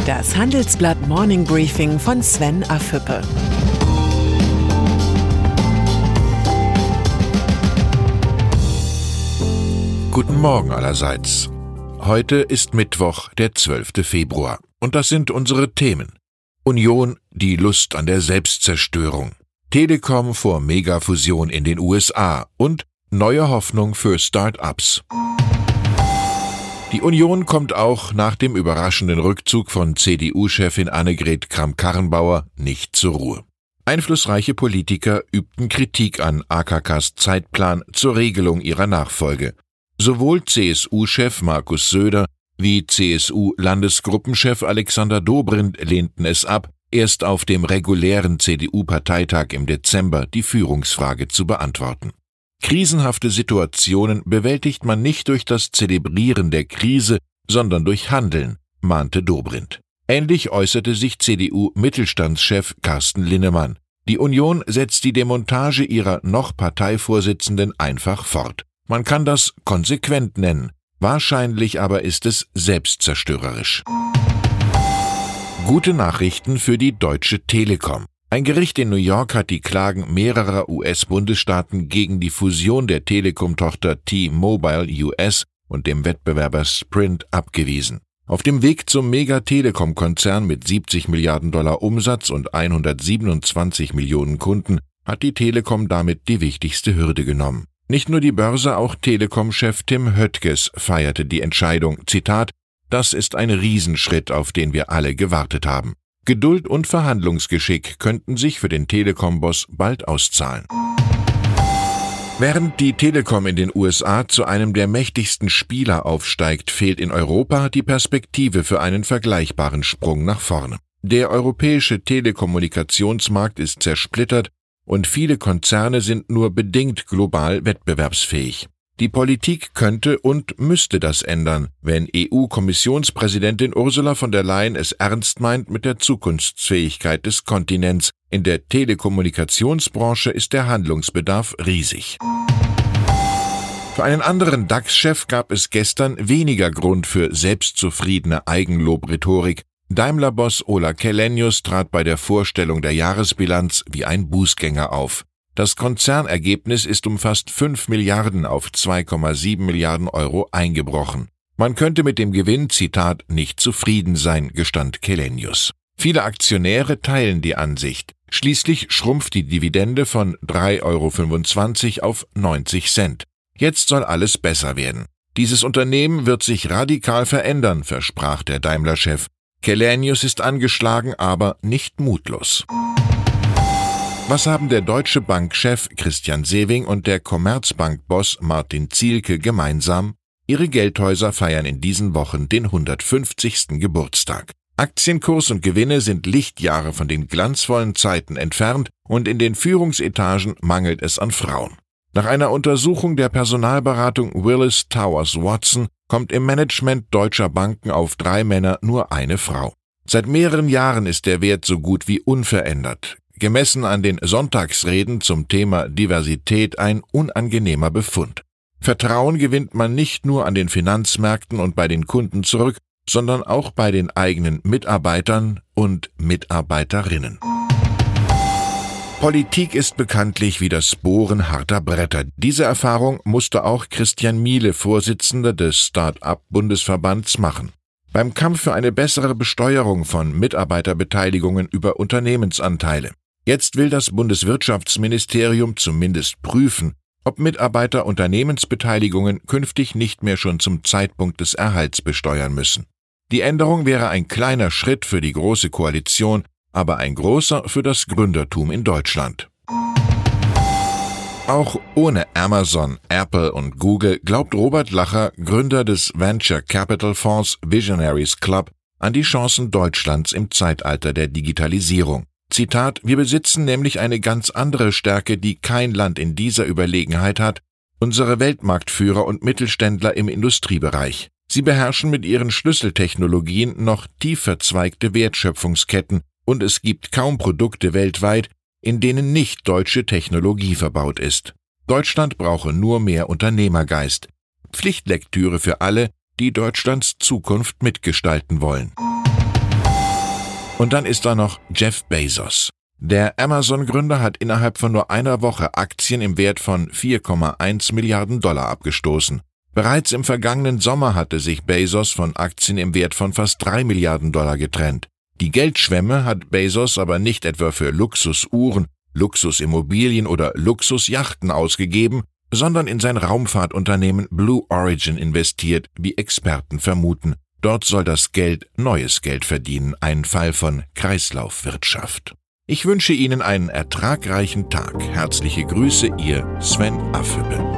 Das Handelsblatt Morning Briefing von Sven Affüppe. Guten Morgen allerseits. Heute ist Mittwoch, der 12. Februar. Und das sind unsere Themen. Union, die Lust an der Selbstzerstörung. Telekom vor Megafusion in den USA und neue Hoffnung für Start-ups. Die Union kommt auch nach dem überraschenden Rückzug von CDU-Chefin Annegret Kramp-Karrenbauer nicht zur Ruhe. Einflussreiche Politiker übten Kritik an AKKs Zeitplan zur Regelung ihrer Nachfolge. Sowohl CSU-Chef Markus Söder wie CSU-Landesgruppenchef Alexander Dobrindt lehnten es ab, erst auf dem regulären CDU-Parteitag im Dezember die Führungsfrage zu beantworten. Krisenhafte Situationen bewältigt man nicht durch das Zelebrieren der Krise, sondern durch Handeln, mahnte Dobrindt. Ähnlich äußerte sich CDU-Mittelstandschef Carsten Linnemann. Die Union setzt die Demontage ihrer noch Parteivorsitzenden einfach fort. Man kann das konsequent nennen, wahrscheinlich aber ist es selbstzerstörerisch. Gute Nachrichten für die Deutsche Telekom. Ein Gericht in New York hat die Klagen mehrerer US-Bundesstaaten gegen die Fusion der Telekom-Tochter T-Mobile US und dem Wettbewerber Sprint abgewiesen. Auf dem Weg zum Mega-Telekom-Konzern mit 70 Milliarden Dollar Umsatz und 127 Millionen Kunden hat die Telekom damit die wichtigste Hürde genommen. Nicht nur die Börse, auch Telekom-Chef Tim Höttges feierte die Entscheidung. Zitat: Das ist ein Riesenschritt, auf den wir alle gewartet haben. Geduld und Verhandlungsgeschick könnten sich für den Telekom-Boss bald auszahlen. Während die Telekom in den USA zu einem der mächtigsten Spieler aufsteigt, fehlt in Europa die Perspektive für einen vergleichbaren Sprung nach vorne. Der europäische Telekommunikationsmarkt ist zersplittert und viele Konzerne sind nur bedingt global wettbewerbsfähig. Die Politik könnte und müsste das ändern, wenn EU-Kommissionspräsidentin Ursula von der Leyen es ernst meint mit der Zukunftsfähigkeit des Kontinents. In der Telekommunikationsbranche ist der Handlungsbedarf riesig. Für einen anderen DAX-Chef gab es gestern weniger Grund für selbstzufriedene Eigenlobrhetorik. Daimler-Boss Ola Källenius trat bei der Vorstellung der Jahresbilanz wie ein Bußgänger auf. Das Konzernergebnis ist um fast 5 Milliarden auf 2,7 Milliarden Euro eingebrochen. Man könnte mit dem Gewinn, Zitat, nicht zufrieden sein, gestand Källenius. Viele Aktionäre teilen die Ansicht. Schließlich schrumpft die Dividende von 3,25 € auf 90 Cent. Jetzt soll alles besser werden. Dieses Unternehmen wird sich radikal verändern, versprach der Daimler-Chef. Källenius ist angeschlagen, aber nicht mutlos. Was haben der Deutsche Bank-Chef Christian Sewing und der Commerzbank-Boss Martin Zielke gemeinsam? Ihre Geldhäuser feiern in diesen Wochen den 150. Geburtstag. Aktienkurs und Gewinne sind Lichtjahre von den glanzvollen Zeiten entfernt und in den Führungsetagen mangelt es an Frauen. Nach einer Untersuchung der Personalberatung Willis Towers Watson kommt im Management deutscher Banken auf 3 Männer nur eine Frau. Seit mehreren Jahren ist der Wert so gut wie unverändert. Gemessen an den Sonntagsreden zum Thema Diversität ein unangenehmer Befund. Vertrauen gewinnt man nicht nur an den Finanzmärkten und bei den Kunden zurück, sondern auch bei den eigenen Mitarbeitern und Mitarbeiterinnen. Politik ist bekanntlich wie das Bohren harter Bretter. Diese Erfahrung musste auch Christian Miele, Vorsitzender des Start-up-Bundesverbands, machen. Beim Kampf für eine bessere Besteuerung von Mitarbeiterbeteiligungen über Unternehmensanteile. Jetzt will das Bundeswirtschaftsministerium zumindest prüfen, ob Mitarbeiter Unternehmensbeteiligungen künftig nicht mehr schon zum Zeitpunkt des Erhalts besteuern müssen. Die Änderung wäre ein kleiner Schritt für die Große Koalition, aber ein großer für das Gründertum in Deutschland. Auch ohne Amazon, Apple und Google glaubt Robert Lacher, Gründer des Venture Capital Fonds Visionaries Club, an die Chancen Deutschlands im Zeitalter der Digitalisierung. Zitat: Wir besitzen nämlich eine ganz andere Stärke, die kein Land in dieser Überlegenheit hat, unsere Weltmarktführer und Mittelständler im Industriebereich. Sie beherrschen mit ihren Schlüsseltechnologien noch tief verzweigte Wertschöpfungsketten und es gibt kaum Produkte weltweit, in denen nicht deutsche Technologie verbaut ist. Deutschland brauche nur mehr Unternehmergeist. Pflichtlektüre für alle, die Deutschlands Zukunft mitgestalten wollen. Und dann ist da noch Jeff Bezos. Der Amazon-Gründer hat innerhalb von nur einer Woche Aktien im Wert von 4,1 Milliarden Dollar abgestoßen. Bereits im vergangenen Sommer hatte sich Bezos von Aktien im Wert von fast 3 Milliarden Dollar getrennt. Die Geldschwemme hat Bezos aber nicht etwa für Luxusuhren, Luxusimmobilien oder Luxusjachten ausgegeben, sondern in sein Raumfahrtunternehmen Blue Origin investiert, wie Experten vermuten. Dort soll das Geld neues Geld verdienen, ein Fall von Kreislaufwirtschaft. Ich wünsche Ihnen einen ertragreichen Tag. Herzliche Grüße, Ihr Sven Affüppe.